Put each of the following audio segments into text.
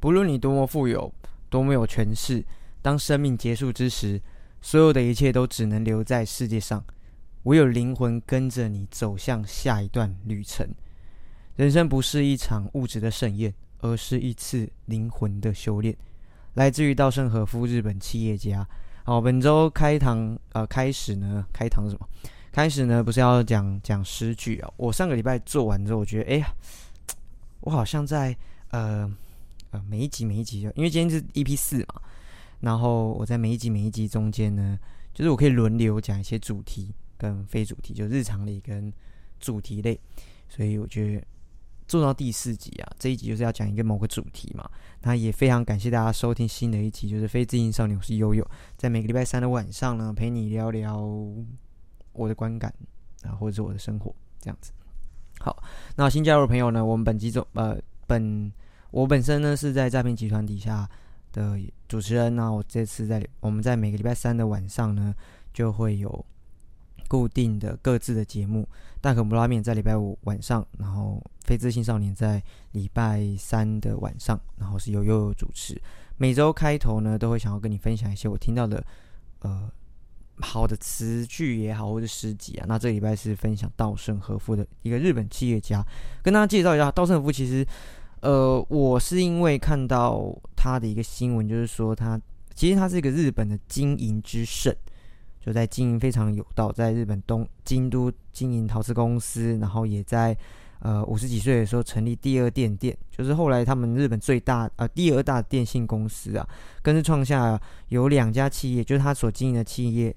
不论你多么富有，多么有权势，当生命结束之时，所有的一切都只能留在世界上，唯有灵魂跟着你走向下一段旅程。人生不是一场物质的盛宴，而是一次灵魂的修炼。来自于稻盛和夫，日本企业家。好，本周开始呢，开始呢，不是要讲诗句啊。我上个礼拜做完之后，我觉得，我好像在每一集，因为今天是 EP4 嘛，然后我在每一集中间呢，就是我可以轮流讲一些主题跟非主题，就日常类跟主题类，所以我觉得做到第4集啊，这一集就是要讲一个某个主题嘛。那也非常感谢大家收听新的一集，就是非自信少年，我是悠悠，在每个礼拜3的晚上呢，陪你聊聊我的观感啊，或者是我的生活这样子。好，那新加入的朋友呢，我们我本身呢是在诈骗集团底下的主持人。那我们在每个礼拜3的晚上呢，就会有固定的各自的节目。大可不拉面在礼拜5晚上，然后非自信少年在礼拜3的晚上，然后是由悠悠主持。每周开头呢，都会想要跟你分享一些我听到的好的词句也好，或者诗集啊。那这个礼拜是分享稻盛和夫的一个日本企业家，跟大家介绍一下稻盛和夫。其实我是因为看到他的一个新闻，就是说其实他是一个日本的经营之圣，就在经营非常有道，在日本京都经营陶瓷公司，然后也在50几岁的时候成立第二电电，就是后来他们日本第2大电信公司啊，更是创下有2家企业，就是他所经营的企业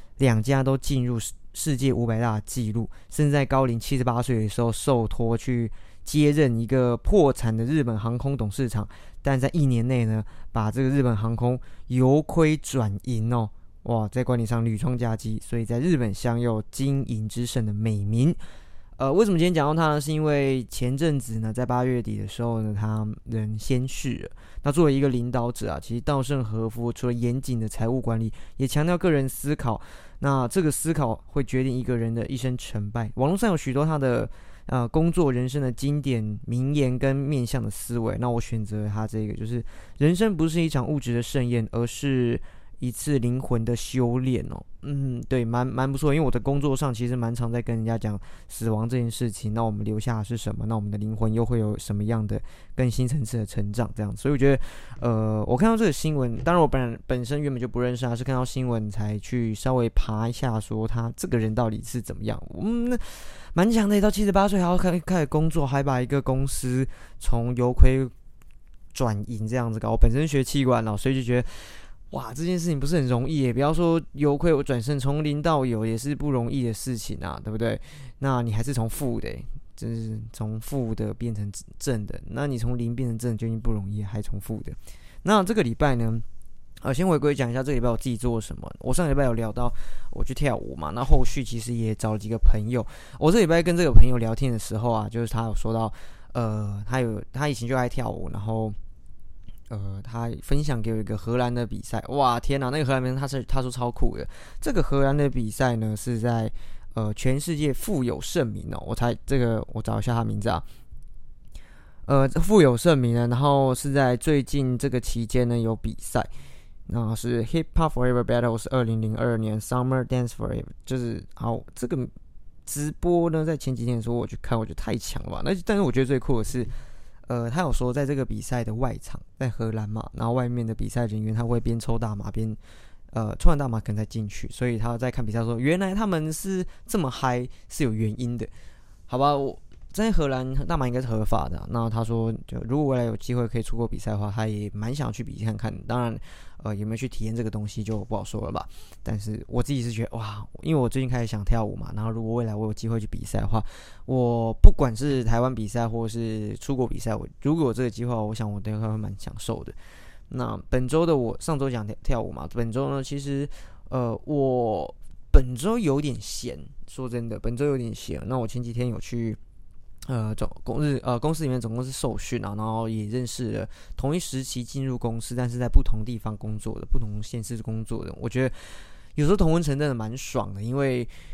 2家都进入世界500大的纪录，甚至在高龄78岁的时候受托去接任一个破产的日本航空董事长，但在1年内呢，把这个日本航空由亏转盈哦。哇，在管理上屡创佳绩，所以在日本享有经营之圣的美名。为什么今天讲到他呢？是因为前阵子呢，在8月底的时候呢，他人仙逝了。那作为一个领导者啊，其实稻盛和夫除了严谨的财务管理，也强调个人思考。那这个思考会决定一个人的一生成败。网络上有许多他的工作人生的经典名言跟面向的思维。那我选择他这个，就是人生不是一场物质的盛宴，而是一次灵魂的修炼哦。对，蛮不错。因为我的工作上其实蛮常在跟人家讲死亡这件事情，那我们留下的是什么？那我们的灵魂又会有什么样的更新层次的成长？这样，所以我觉得，我看到这个新闻，当然我本身原本就不认识他，是看到新闻才去稍微爬一下，说他这个人到底是怎么样。蛮强的，到78岁还要开始工作，还把一个公司从由亏转盈这样子搞。我本身学企管了，所以就觉得，哇，这件事情不是很容易耶。不要说由亏我转胜，从零到有也是不容易的事情啊，对不对？那你还是从负的，就是从负的变成正的。那你从零变成正就已经不容易，还从负的。那这个礼拜呢，先回归讲一下这个礼拜我自己做了什么。我上个礼拜有聊到我去跳舞嘛，那后续其实也找了几个朋友。我这个礼拜跟这个朋友聊天的时候啊，就是他有说到，他以前就爱跳舞，然后他分享给我一个荷兰的比赛。哇，天哪，那个荷兰人他说超酷的。这个荷兰的比赛呢是在全世界富有盛名哦。我找一下他名字啊。富有盛名呢，然后是在最近这个期间呢有比赛。那是 Hip Hop Forever Battle 是2002年 Summer Dance Forever， 就是好这个直播呢，在前几天的时候我去看，我觉得太强了吧。但是我觉得最酷的是，他有说在这个比赛的外场在荷兰嘛，然后外面的比赛人员他会边抽大麻边抽完大麻可能再进去，所以他在看比赛说，原来他们是这么嗨是有原因的，好吧？我在荷兰大麻应该是合法的。那他说，就如果未来有机会可以出国比赛的话，他也蛮想去比看看。当然，有没有去体验这个东西就不好说了吧。但是我自己是觉得，哇，因为我最近开始想跳舞嘛，然后如果未来我有机会去比赛的话，我不管是台湾比赛或是出国比赛，如果有这个机会，我想我都会蛮享受的。那本周的我上周讲跳舞嘛，本周呢，其实我本周有点闲，说真的，本周有点闲。那我前几天有去。公司里面总共是受训啊，然后也认识了同一时期进入公司，但是在不同地方工作的、不同县市工作的。我觉得有时候同温层真的蛮爽的，因为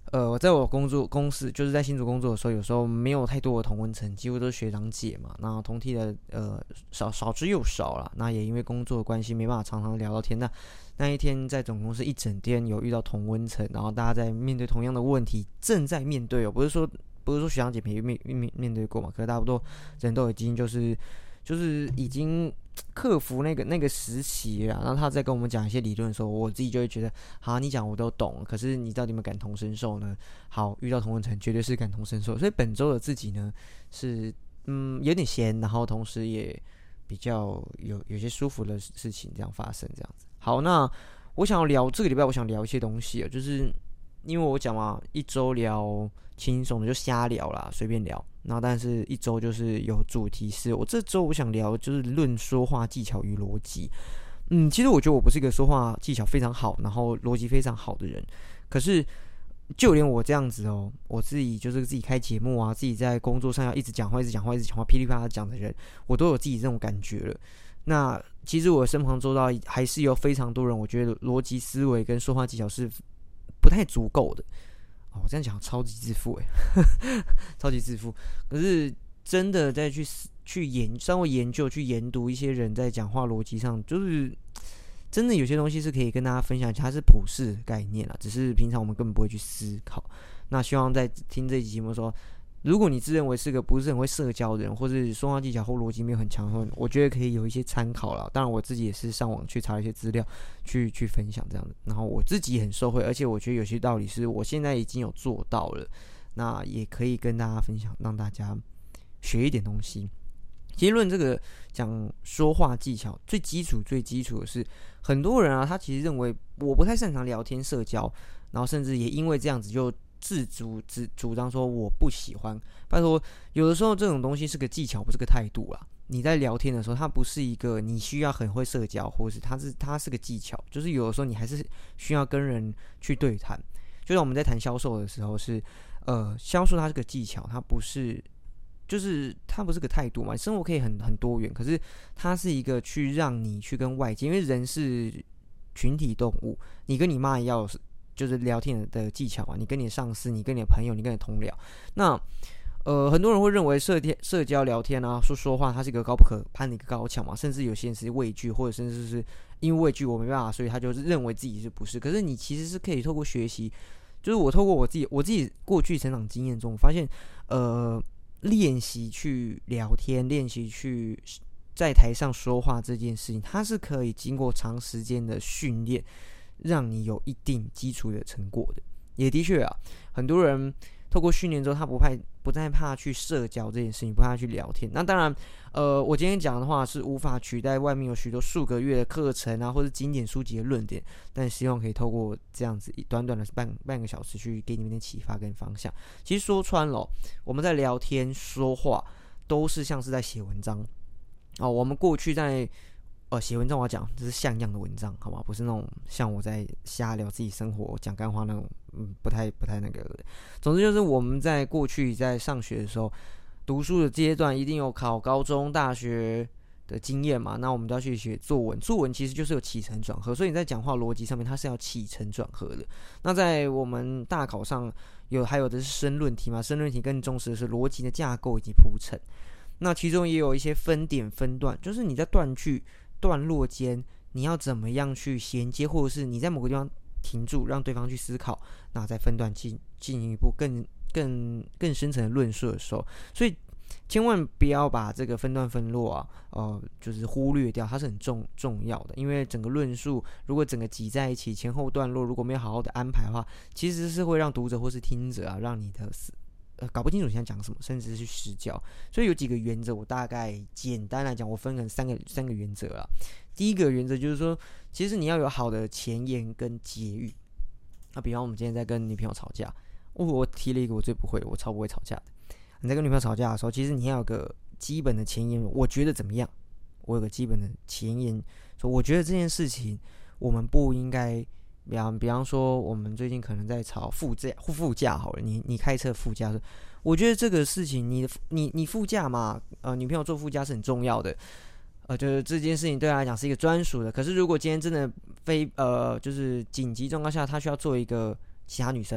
在我公司就是在新竹工作的时候，有时候没有太多的同温层，几乎都是学长姐嘛。那同梯的少之又少啦。那也因为工作的关系，没办法常常聊到天。那一天在总公司一整天有遇到同温层，然后大家在面对同样的问题，正在面对不是说学长姐没面对过嘛，可是差不多人都已经就是已经克服那个时期了。然后他在跟我们讲一些理论的时候，我自己就会觉得，好，你讲我都懂，可是你到底有没有感同身受呢？好，遇到同温层绝对是感同身受。所以本周的自己呢是有点闲，然后同时也比较有些舒服的事情这样发生这样子。好，那我想要聊这个礼拜，我想聊一些东西就是因为我讲嘛，一周聊轻松的就瞎聊啦，随便聊。然后但是一周就是有主题是，我这周我想聊就是论说话技巧与逻辑。其实我觉得我不是一个说话技巧非常好，然后逻辑非常好的人。可是就连我这样子我自己就是自己开节目啊，自己在工作上要一直讲话，噼里啪啦讲的人，我都有自己这种感觉了。那其实我身旁周遭还是有非常多人，我觉得逻辑思维跟说话技巧是不太足够的。我这样讲超级自负超级自负。可是真的再去稍微研究、去研读一些人在讲话逻辑上，就是真的有些东西是可以跟大家分享，它是普世的概念啦，只是平常我们根本不会去思考。那希望在听这集节目的时候，如果你自认为是个不是很会社交的人，或是说话技巧或逻辑没有很强的话，我觉得可以有一些参考啦。当然我自己也是上网去查一些资料去分享这样的，然后我自己也很受惠，而且我觉得有些道理是我现在已经有做到了，那也可以跟大家分享，让大家学一点东西。其实论这个讲说话技巧最基础的是，很多人他其实认为我不太擅长聊天社交，然后甚至也因为这样子就主张说我不喜欢。拜托，有的时候这种东西是个技巧，不是个态度啦。你在聊天的时候，它不是一个你需要很会社交，或是它是个技巧，就是有的时候你还是需要跟人去对谈。就像我们在谈销售的时候销售它是个技巧，它不是个态度嘛。生活可以很多元，可是它是一个去让你去跟外界，因为人是群体动物，你跟你妈也要就是聊天的技巧嘛，你跟你的上司，你跟你的朋友，你跟你的同僚。那很多人会认为社交聊天啊，说话，它是一个高不可攀的一个高墙嘛，甚至有些人是畏惧，或者甚至是因为畏惧我没办法，所以他就是认为自己是不是。可是你其实是可以透过学习，就是我透过我自己过去成长经验中，发现练习去聊天，练习去在台上说话这件事情，它是可以经过长时间的训练，让你有一定基础的成果的。也的确啊，很多人透过训练之后，他不再怕去社交这件事情，不怕去聊天。那当然，我今天讲的话是无法取代外面有许多数个月的课程啊，或者经典书籍的论点，但希望可以透过这样子短短的半个小时，去给你们点启发跟方向。其实说穿了，我们在聊天说话，都是像是在写文章我们过去在写文章，我要讲这是像样的文章，好吗？不是那种像我在瞎聊自己生活、讲干话那种，不太那个的。总之就是我们在过去在上学的时候，读书的阶段一定有考高中、大学的经验嘛。那我们都要去学作文，作文其实就是有起承转合，所以你在讲话逻辑上面它是要起承转合的。那在我们大考上还有的是申论题嘛，申论题更重视的是逻辑的架构以及铺陈。那其中也有一些分点分段，就是你在断句段落间你要怎么样去衔接，或者是你在某个地方停住，让对方去思考，那再分段进一步更深层的论述的时候，所以千万不要把这个分段分落就是忽略掉，它是很重要的。因为整个论述如果整个挤在一起，前后段落如果没有好好的安排的话，其实是会让读者或是听者让你的搞不清楚你想讲什么，甚至是去失焦。所以有几个原则，我大概简单来讲，我分成三个原则啦。第一个原则就是说，其实你要有好的前言跟结语。那比方我们今天在跟女朋友吵架，我提了一个我最不会，我超不会吵架的。你在跟女朋友吵架的时候，其实你要有个基本的前言，我觉得怎么样？我有个基本的前言，说我觉得这件事情我们不应该。比方说，我们最近可能在吵副驾好了，你开车副驾，我觉得这个事情你副驾嘛，女朋友坐副驾是很重要的，就是这件事情对她来讲是一个专属的。可是如果今天真的就是紧急状况下，她需要做一个其他女生，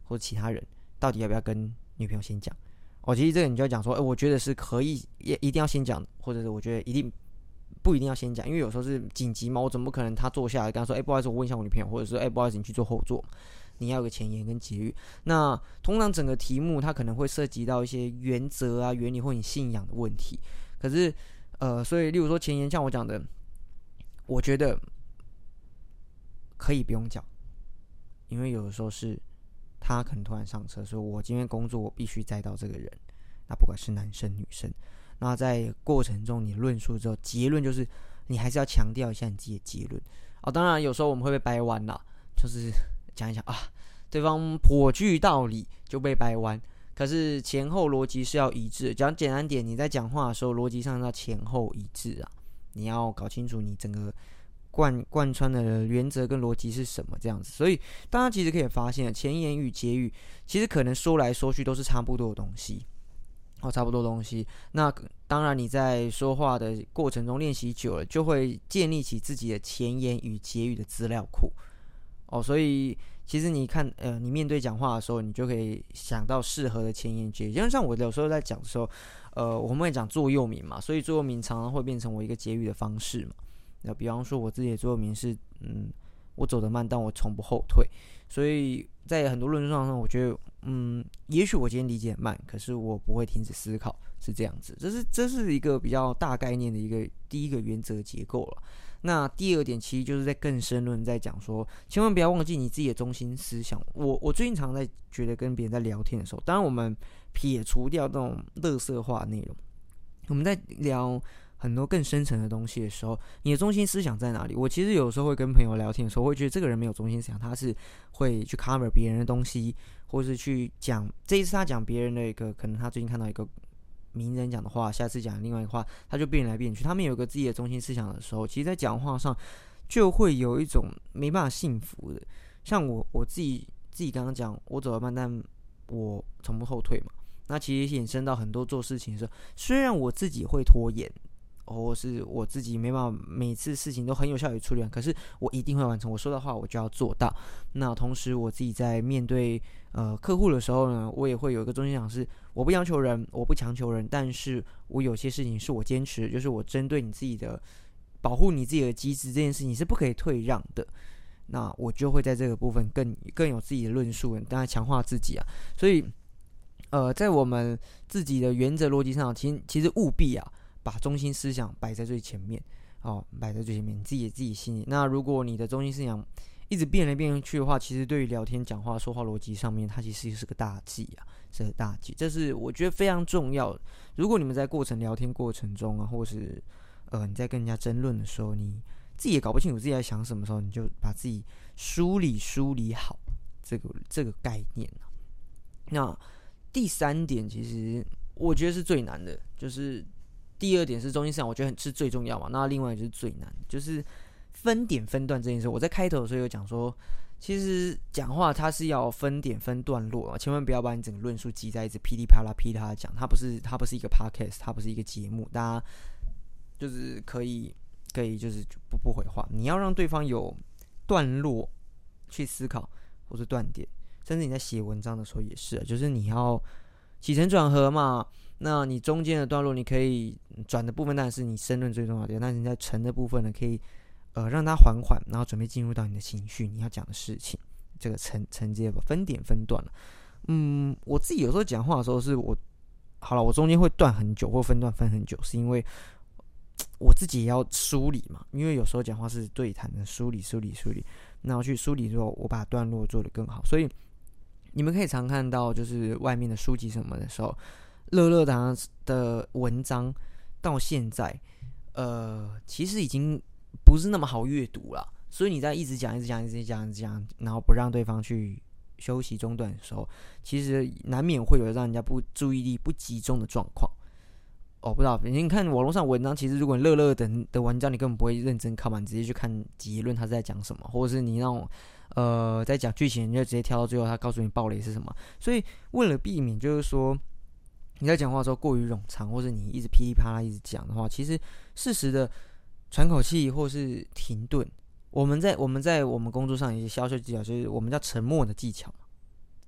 或者其他人，到底要不要跟女朋友先讲？其实这个你就要讲说，我觉得是可以，也一定要先讲，或者是我觉得不一定要先讲，因为有时候是紧急嘛，我怎么可能他坐下来跟他说，不好意思，我问一下我女朋友，或者是不好意思，你去坐后座。你要有个前言跟结语。那通常整个题目它可能会涉及到一些原则啊、原理或你信仰的问题。可是所以例如说前言，像我讲的，我觉得可以不用讲，因为有的时候是他可能突然上车，所以我今天工作我必须载到这个人，那不管是男生女生，那在过程中你论述之后，结论就是你还是要强调一下你自己的结论。当然有时候我们会被掰弯啦，就是讲一讲啊，对方颇具道理就被掰弯，可是前后逻辑是要一致的。讲简单点，你在讲话的时候逻辑上要前后一致啊，你要搞清楚你整个贯穿的原则跟逻辑是什么这样子。所以大家其实可以发现，前言与结语其实可能说来说去都是差不多的东西。那当然你在说话的过程中练习久了，就会建立起自己的前言与结语的资料库。所以其实你看，你面对讲话的时候，你就可以想到适合的前言结语。像我有时候在讲的时候，我们会讲座右铭嘛，所以座右铭常常会变成我一个结语的方式嘛。那比方说我自己的座右铭是，我走得慢，但我从不后退。所以在很多论述上，我觉得，也许我今天理解很慢，可是我不会停止思考，是这样子。这是一个比较大概念的第一个原则结构了。那第二点其实就是在更深论，在讲说，千万不要忘记你自己的中心思想。我最近常在觉得跟别人在聊天的时候，当然我们撇除掉这种垃圾化内容，我们在聊很多更深层的东西的时候，你的中心思想在哪里？我其实有时候会跟朋友聊天的时候，会觉得这个人没有中心思想，他是会去 cover 别人的东西，或是去讲这一次他讲别人的一个，可能他最近看到一个名人讲的话，下次讲另外一个话，他就变来变去。他们有个自己的中心思想的时候，其实在讲话上就会有一种没办法信服的。像我自己刚刚讲，我走得慢，但我从不后退嘛。那其实衍生到很多做事情的时候，虽然我自己会拖延，或是我自己没办法每次事情都很有效率处理完，可是我一定会完成我说的话，我就要做到。那同时我自己在面对客户的时候呢，我也会有一个中心思想是，我不要求人，我不强求人，但是我有些事情是我坚持，就是我针对你自己的保护你自己的机制这件事情是不可以退让的。那我就会在这个部分更有自己的论述，当然强化自己啊。所以在我们自己的原则逻辑上，其实务必啊，把中心思想摆在最前面，摆在最前面，你自己心里。那如果你的中心思想一直变来变去的话，其实对于聊天、讲话、说话逻辑上面，它其实是个大忌啊，是个大忌。这是我觉得非常重要的。如果你们在聊天过程中啊，或是你在跟人家争论的时候，你自己也搞不清楚自己在想什么时候，你就把自己梳理好这个概念啊。那第三点，其实我觉得是最难的，就是第二点是中心思想，我觉得是最重要嘛。那另外就是最难，就是分点分段这件事。我在开头的时候有讲说，其实讲话它是要分点分段落啊，千万不要把你整个论述挤在一起噼里啪啦讲。它不是一个 podcast， 它不是一个节目，大家就是可以就是不回话。你要让对方有段落去思考，或是断点。甚至你在写文章的时候也是，就是你要起承转合嘛。那你中间的段落，你可以转的部分当然是你申论最重要的，但是你在沉的部分呢，可以让它缓缓，然后准备进入到你的情绪，你要讲的事情，这个承接吧，分点分段了。我自己有时候讲话的时候是我中间会断很久或分段分很久，是因为我自己也要梳理嘛，因为有时候讲话是对谈的梳理，然后去梳理之后，我把段落做得更好。所以你们可以常看到，就是外面的书籍什么的时候，乐堂的文章到现在，其实已经不是那么好阅读了。所以你在一直讲，然后不让对方去休息中断的时候，其实难免会有让人家注意力不集中的状况。不知道，你看网络上文章，其实如果你乐的文章，你根本不会认真看嘛，你直接去看结论，他是在讲什么，或者是你那种在讲剧情，你就直接跳到最后，他告诉你爆雷是什么。所以为了避免，就是说你在讲话的时候过于冗长，或者你一直噼里啪啦一直讲的话，其实适时的喘口气或是停顿。我们在我们工作上有一些销售技巧，就是我们叫沉默的技巧。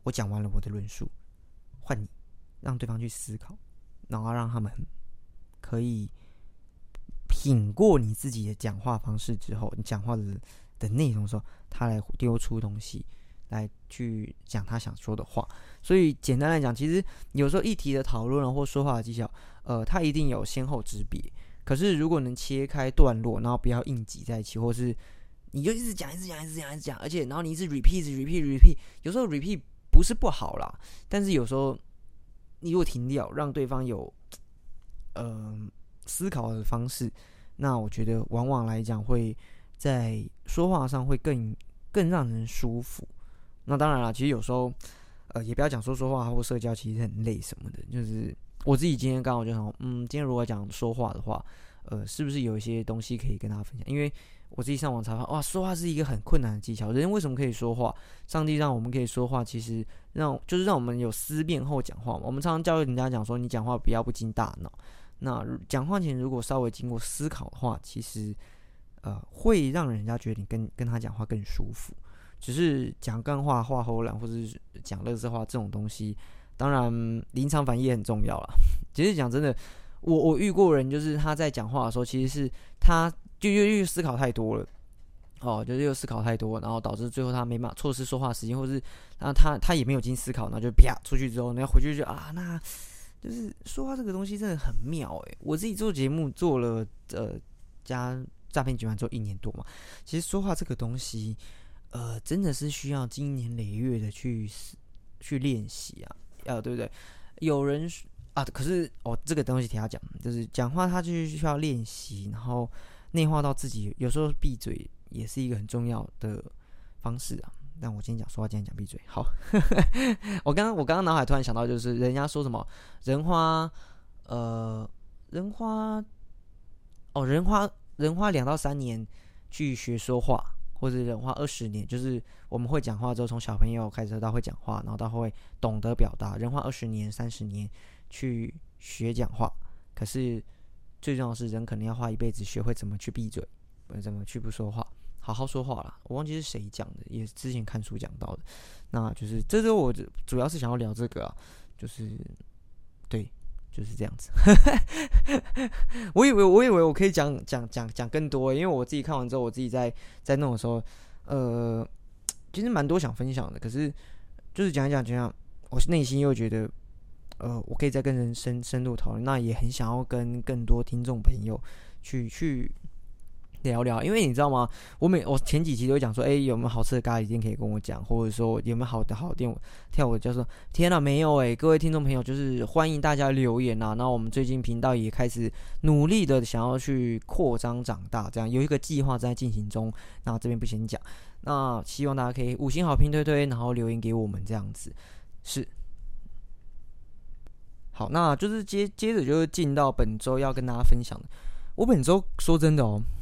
我讲完了我的论述，换你让对方去思考，然后让他们可以品过你自己的讲话方式之后，你讲话的内容的时候，他来丢出东西来去讲他想说的话。所以简单来讲，其实有时候议题的讨论或说话的技巧，它一定有先后之别。可是如果能切开段落，然后不要硬挤在一起，或是你就一直讲，而且然后你一直 repeat， 有时候 repeat 不是不好啦，但是有时候你如果停掉，让对方有思考的方式，那我觉得往往来讲会在说话上会更让人舒服。那当然啦，其实有时候也不要讲说话或社交其实很累什么的，就是我自己今天刚好就想，今天如果讲说话的话，是不是有一些东西可以跟大家分享？因为我自己上网查发，哇，说话是一个很困难的技巧。人为什么可以说话？上帝让我们可以说话，其实就是让我们有思辨后讲话嘛。我们常常教人家讲说，你讲话不要不经大脑。那讲话前如果稍微经过思考的话，其实会让人家觉得你跟他讲话更舒服。只是讲干话、话后懒，或是讲垃圾话这种东西，当然临场反应也很重要啦。其实讲真的，我遇过人，就是他在讲话的时候，其实是他就又思考太多了。就是又思考太多，然后导致最后他没办法错失说话时间，或是他也没有经思考，然后就啪出去之后，那回去就那就是说话这个东西真的很妙我自己做节目做了加诈骗集团做1年多嘛，其实说话这个东西真的是需要经年累月的去练习对不对？有人可是这个东西提他讲，就是讲话他就是需要练习，然后内化到自己，有时候闭嘴也是一个很重要的方式啊。但我今天讲说话，今天讲闭嘴。好，我刚刚脑海突然想到，就是人家说什么人花2到3年去学说话，或者人花20年，就是我们会讲话之后，从小朋友开始到会讲话，然后到会懂得表达，人花20年、30年去学讲话。可是最重要的是，人可能要花一辈子学会怎么去闭嘴，怎么去不说话，好好说话啦。我忘记是谁讲的，也是之前看书讲到的。那就是这周我主要是想要聊这个就是对，就是这样子。我以为我可以讲更多，因为我自己看完之后，我自己在弄的时候，其实蛮多想分享的。可是就是讲，我内心又觉得，我可以再跟人深入讨论。那也很想要跟更多听众朋友去聊聊，因为你知道吗？我前几集都讲说，有没有好吃的咖喱店可以跟我讲，或者说有没有好的店跳舞，就说天哪，没有各位听众朋友，就是欢迎大家留言啊。那我们最近频道也开始努力的想要去扩张长大，这样有一个计划在进行中。那这边不先讲，那希望大家可以5星好评推，然后留言给我们这样子。是好，那就是接着就是进到本周要跟大家分享的。我本周说真的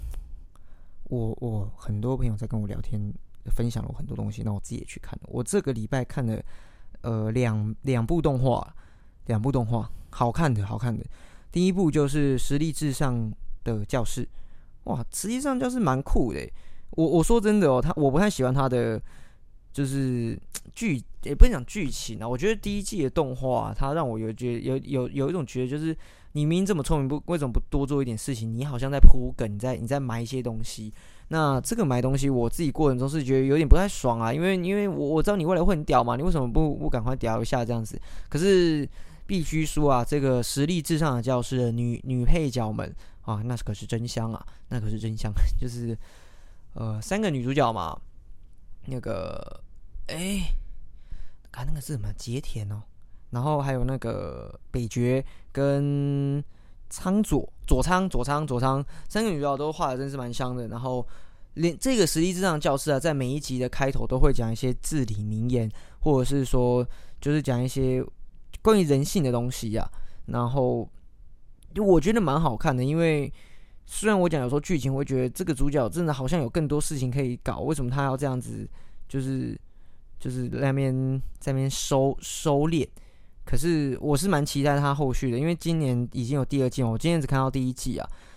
我很多朋友在跟我聊天，分享了我很多东西，那我自己也去看了。我这个礼拜看了两部动画，好看的。第一部就是实力至上的教室，哇，实际上教室蛮酷的。我说真的我不太喜欢他的就是也不能讲剧情啊。我觉得第一季的动画它让我有一种觉得，就是你明明这么聪明，为什么不多做一点事情？你好像在铺梗，你在埋一些东西。那这个埋东西，我自己过程中是觉得有点不太爽啊，因为我知道你未来会很屌嘛，你为什么不赶快屌一下这样子？可是必须说啊，这个实力至上的教室的女配角们啊，那可是真香啊，就是3个女主角嘛，那个看那个是什么节田然后还有那个北决跟佐仓3个女主角都画的真是蛮香的。然后连这个实力至上的教室在每一集的开头都会讲一些至理名言，或者是说就是讲一些关于人性的东西然后我觉得蛮好看的，因为虽然我讲有时候剧情我会觉得这个主角真的好像有更多事情可以搞，为什么他要这样子就是在那边收敛。可是我是蛮期待他后续的，因为今年已经有第2季我今天只看到第1季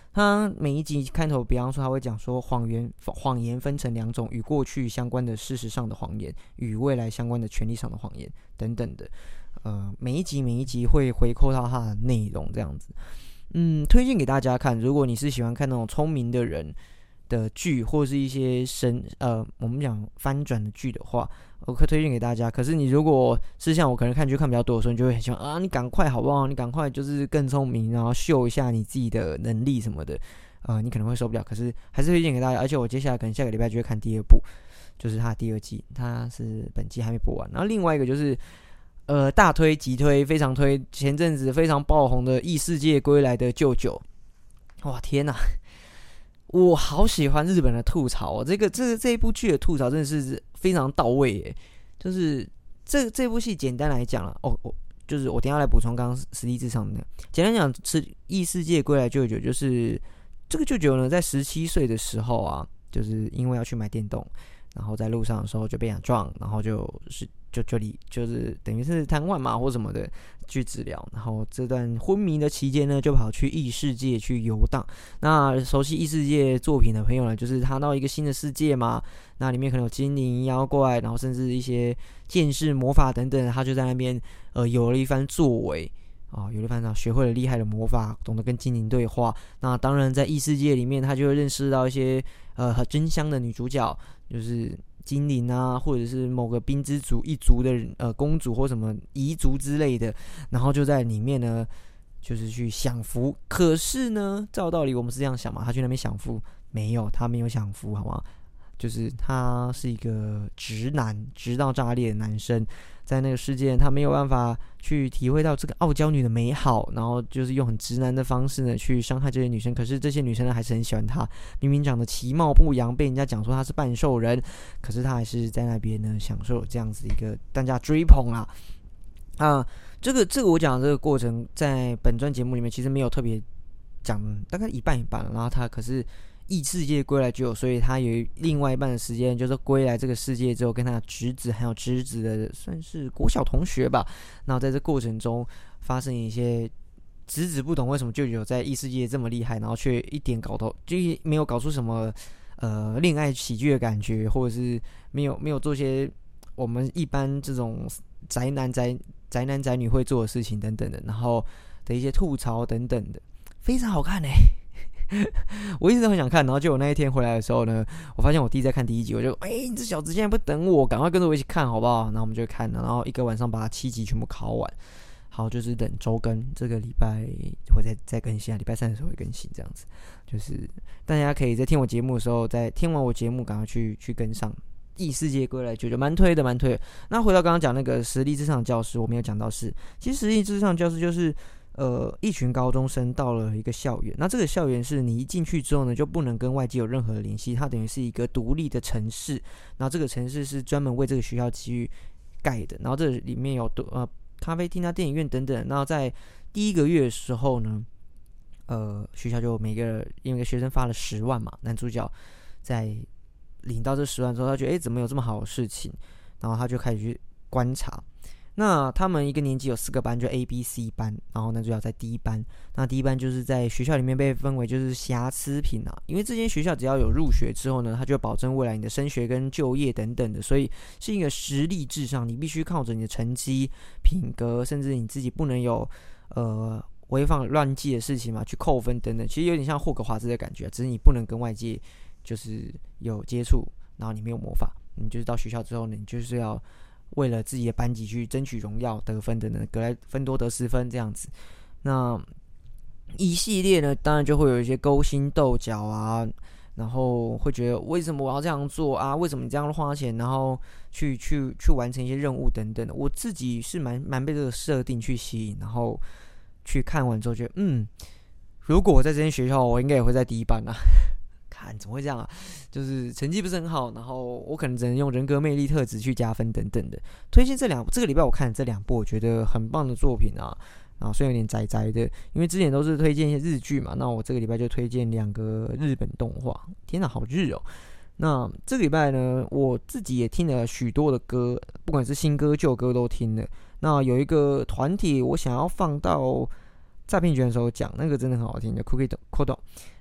他每一集开头，比方说他会讲说谎言分成2种，与过去相关的事实上的谎言，与未来相关的权利上的谎言等等的。每一集会回扣到它的内容这样子。推荐给大家看。如果你是喜欢看那种聪明的人的剧，或是一些我们讲翻转的剧的话，我可以推荐给大家。可是你如果是像我可能看剧看比较多的时候，你就会很喜欢啊，你赶快好不好？你赶快就是更聪明，然后秀一下你自己的能力什么的。你可能会受不了，可是还是推荐给大家。而且我接下来可能下个礼拜就会看第2部，就是它的第2季，它是本季还没播完。然后另外一个就是大推急推非常推，前阵子非常爆红的《异世界归来的舅舅》。哇天哪！我好喜欢日本的吐槽这一部剧的吐槽真的是非常到位耶。就是这部戏简单来讲啦，就是我等一下来补充刚刚实力至上的。简单讲，是异世界归来舅舅，就是这个舅舅呢，在17岁的时候啊，就是因为要去买电动，然后在路上的时候就被人撞，然后就是等于是瘫痪嘛或什么的去治疗，然后这段昏迷的期间呢，就跑去异世界去游荡。那熟悉异世界作品的朋友呢，就是他到一个新的世界嘛，那里面可能有精灵、妖怪，然后甚至一些剑士、魔法等等，他就在那边有了一番作为。有了一番学会了厉害的魔法，懂得跟精灵对话。那当然在异世界里面，他就会认识到一些很真香的女主角，就是精灵啊，或者是某个冰之族一族的公主或什么彝族之类的，然后就在里面呢，就是去享福。可是呢，照道理我们是这样想嘛，他去那边享福，没有，他没有享福，好吗？就是他是一个直男，直到炸裂的男生，在那个世界他没有办法去体会到这个傲娇女的美好，然后就是用很直男的方式呢去伤害这些女生。可是这些女生呢还是很喜欢他，明明长得其貌不扬，被人家讲说他是半兽人，可是他还是在那边呢享受这样子一个大家追捧这个我讲的这个过程，在本专节目里面其实没有特别讲，大概一半一半。然后他可是异世界归来就有，所以他有另外一半的时间，就是归来这个世界之后，跟他的侄子还有侄子的算是国小同学吧。然后在这过程中发生一些侄子不懂为什么舅舅在异世界这么厉害，然后却一点就没有搞出什么恋爱喜剧的感觉，或者是没有做些我们一般这种宅男宅女会做的事情等等的，然后的一些吐槽等等的，非常好看我一直都很想看，然后就我那一天回来的时候呢，我发现我弟在看第1集，我就你这小子现在不等我，赶快跟着我一起看好不好？然后我们就看了，然后一个晚上把7集全部考完。好，就是等周更，这个礼拜会再更新，礼拜3的时候会更新，这样子。就是大家可以在听我节目的时候，在听完我节目赶快去跟上异世界归来就蛮推的。那回到刚刚讲那个实力至上的教师，我没有讲到是，其实实力至上的教师就是一群高中生到了一个校园，那这个校园是你一进去之后呢，就不能跟外界有任何的联系，它等于是一个独立的城市，然后这个城市是专门为这个学校去盖的，然后这里面有咖啡厅啊、电影院等等。然后在第1个月的时候呢，学校就因为学生发了10万嘛，男主角在领到这10万之后，他觉得怎么有这么好的事情，然后他就开始去观察。那他们一个年级有4个班，就 A、B、C 班，然后男主角在第1班。那第1班就是在学校里面被分为就是瑕疵品因为这间学校只要有入学之后呢，他就保证未来你的升学跟就业等等的，所以是一个实力至上，你必须靠着你的成绩、品格，甚至你自己不能有违反乱纪的事情嘛，去扣分等等。其实有点像霍格华兹的感觉，只是你不能跟外界就是有接触，然后你没有魔法，你就是到学校之后呢，你就是要为了自己的班级去争取荣耀、得分等等，格莱芬多得10分这样子。那一系列呢，当然就会有一些勾心斗角啊，然后会觉得为什么我要这样做啊？为什么你这样花钱，然后去完成一些任务等等的。我自己是蛮被这个设定去吸引，然后去看完之后觉得，如果我在这间学校，我应该也会在第1班啊。看怎么会这样啊？就是成绩不是很好，然后我可能只能用人格魅力特质去加分等等的。推荐这个礼拜我看这2部我觉得很棒的作品啊，虽然有点宅宅的，因为之前都是推荐一些日剧嘛，那我这个礼拜就推荐2个日本动画。天哪，好日哦！那这个礼拜呢，我自己也听了许多的歌，不管是新歌旧歌都听了。那有一个团体我想要放到诈骗局的时候讲，那个真的很好听的 Cookie Kodo。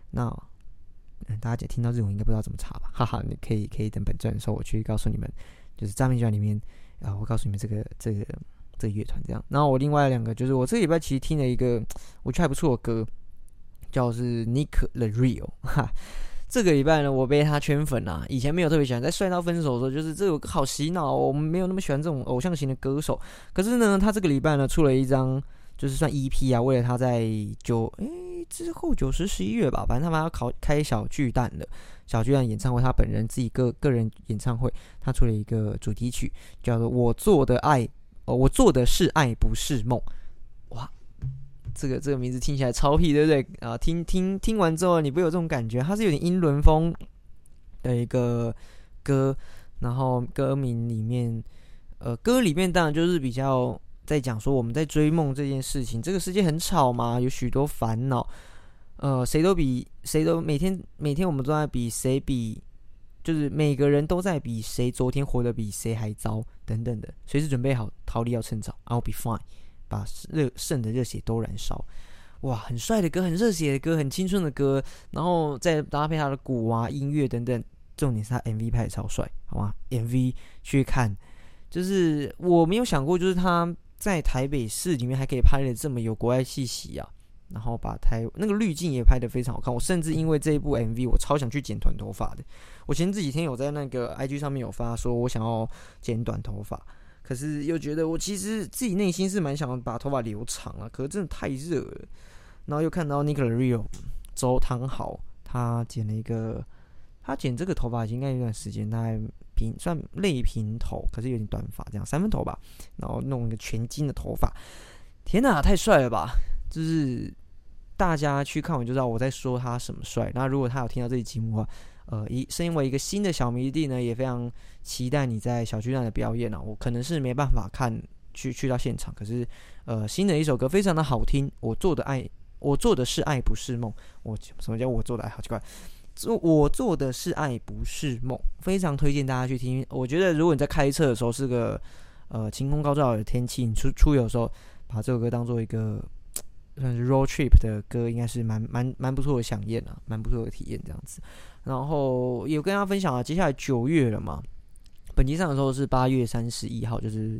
那大家听到这种应该不知道怎么查吧，哈哈，你可以等本传的时候我去告诉你们，就是诈骗集团里面我告诉你们这个乐团这样。然后我另外2个就是我这个礼拜其实听了一个我觉得还不错的歌，叫是 Nick LaRio 哈。这个礼拜呢，我被他圈粉啊！以前没有特别喜欢，在帅到分手的时候，就是这首歌好洗脑哦，我们没有那么喜欢这种偶像型的歌手。可是呢，他这个礼拜呢出了一张，就是算 EP 啊，为了他在之后9、10、11月吧，反正他们要开小巨蛋了，小巨蛋演唱会，他本人自己个人演唱会，他出了一个主题曲，叫做我做的是爱不是梦。哇！这个名字听起来超屁，对不对啊？听完之后，你不会有这种感觉？它是有点英伦风的一个歌，然后歌名里面，歌里面当然就是比较在讲说我们在追梦这件事情。这个世界很吵嘛，有许多烦恼，谁都每天我们都在比谁比，就是每个人都在比谁昨天活得比谁还糟等等的，随时准备好逃离要趁早 ，I'll be fine。把剩的热血都燃烧，哇，很帅的歌，很热血的歌，很青春的歌，然后再搭配他的鼓啊、音乐等等，重点是他 MV 拍的超帅，好吗 ？MV 去看，就是我没有想过，就是他在台北市里面还可以拍的这么有国外气息啊，然后把那个滤镜也拍得非常好看。我甚至因为这一部 MV， 我超想去剪短头发的。我前几天有在那个 IG 上面有发说，我想要剪短头发。可是又觉得我其实自己内心是蛮想把头发留长了，可是真的太热了。然后又看到 Nick LaRio 周汤豪，他剪这个头发已经应该有段时间，大概算类平头，可是有点短发，这样3分头吧，然后弄一个全金的头发，天哪，太帅了吧！就是大家去看我就知道我在说他什么帅。那如果他有听到这期节目的话，身为一个新的小迷弟呢，也非常期待你在小巨蛋的表演啊！我可能是没办法去到现场，可是新的一首歌非常的好听。我做的是爱不是梦。什么叫我做的爱？好奇怪！我做的是爱不是梦，非常推荐大家去听。我觉得如果你在开车的时候是个晴空高照的天气，你出游的时候，把这首歌当做一个算是 road trip 的歌，应该是蛮不错的响应啊，蛮不错的体验这样子。然后有跟大家分享啊，接下来9月了嘛，本集上的时候是8月31号，就是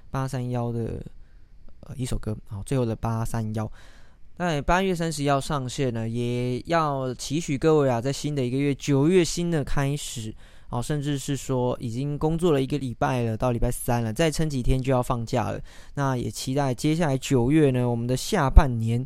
831的一首歌，好，最后的831。在8月31号上线呢，也要期许各位啊，在新的一个月9月新的开始，甚至是说已经工作了1个礼拜了，到礼拜3了，再撑几天就要放假了。那也期待接下来9月呢，我们的下半年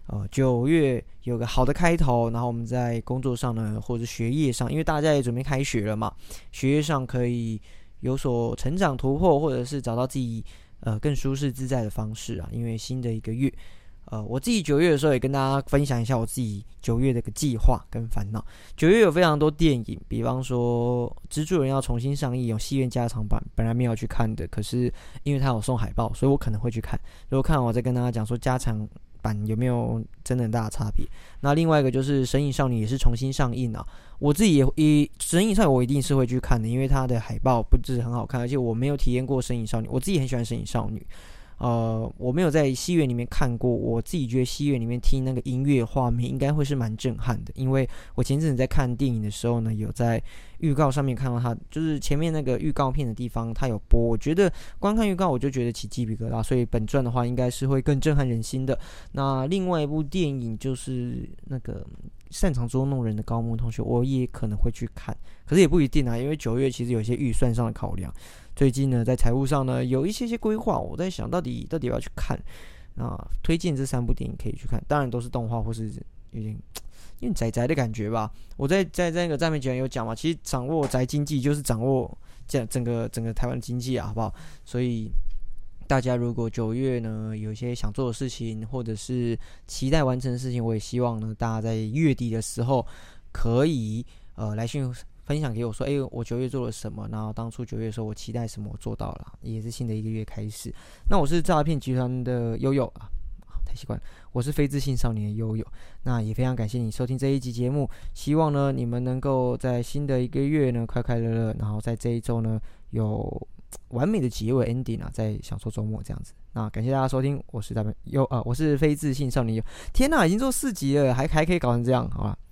，9月有个好的开头，然后我们在工作上呢，或者学业上，因为大家也准备开学了嘛，学业上可以有所成长突破，或者是找到自己更舒适自在的方式啊。因为新的一个月。我自己9月的时候也跟大家分享一下我自己9月的一个计划跟烦恼。9月有非常多电影，比方说《蜘蛛人》要重新上映，有戏院加长版，本来没有去看的，可是因为他有送海报，所以我可能会去看。如果看完我再跟大家讲说加长版有没有真的很大的差别。那另外一个就是《神隐少女》也是重新上映啊，我自己也《神隐少女》我一定是会去看的，因为它的海报不只是很好看，而且我没有体验过《神隐少女》，我自己很喜欢《神隐少女》。我没有在戏院里面看过，我自己觉得戏院里面听那个音乐画面应该会是蛮震撼的，因为我前阵子在看电影的时候呢，有在预告上面看到它，就是前面那个预告片的地方它有播，我觉得光看预告我就觉得起鸡皮疙瘩，所以本传的话应该是会更震撼人心的。那另外一部电影就是那个擅长捉弄人的高木同学，我也可能会去看，可是也不一定啊，因为9月其实有一些预算上的考量。最近呢，在财务上呢有一些规划，我在想到底要不要去看。那推荐这3部电影可以去看，当然都是动画或是有点宅的感觉吧。我在那个诈骗集团有讲嘛，其实掌握宅经济就是掌握整个台湾的经济啊，好不好？所以大家如果9月呢有一些想做的事情，或者是期待完成的事情，我也希望呢大家在月底的时候可以来讯分享给我说，我9月做了什么，然后当初9月的时候我期待什么，我做到了，也是新的一个月开始。那我是诈骗集团的悠悠啊，太习惯了，我是非自信少年的悠悠。那也非常感谢你收听这一集节目，希望呢你们能够在新的一个月呢快快乐乐，然后在这一周呢有完美的结尾 ending 啊，在享受周末这样子。那感谢大家收听，我是非自信少年悠。天哪，已经做4集了，还可以搞成这样，好啦。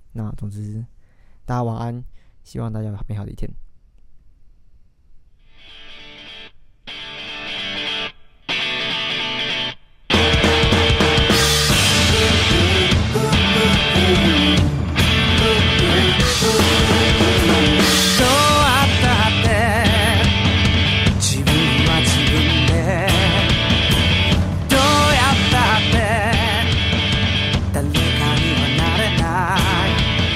那总之，大家晚安，希望大家有美好的一天。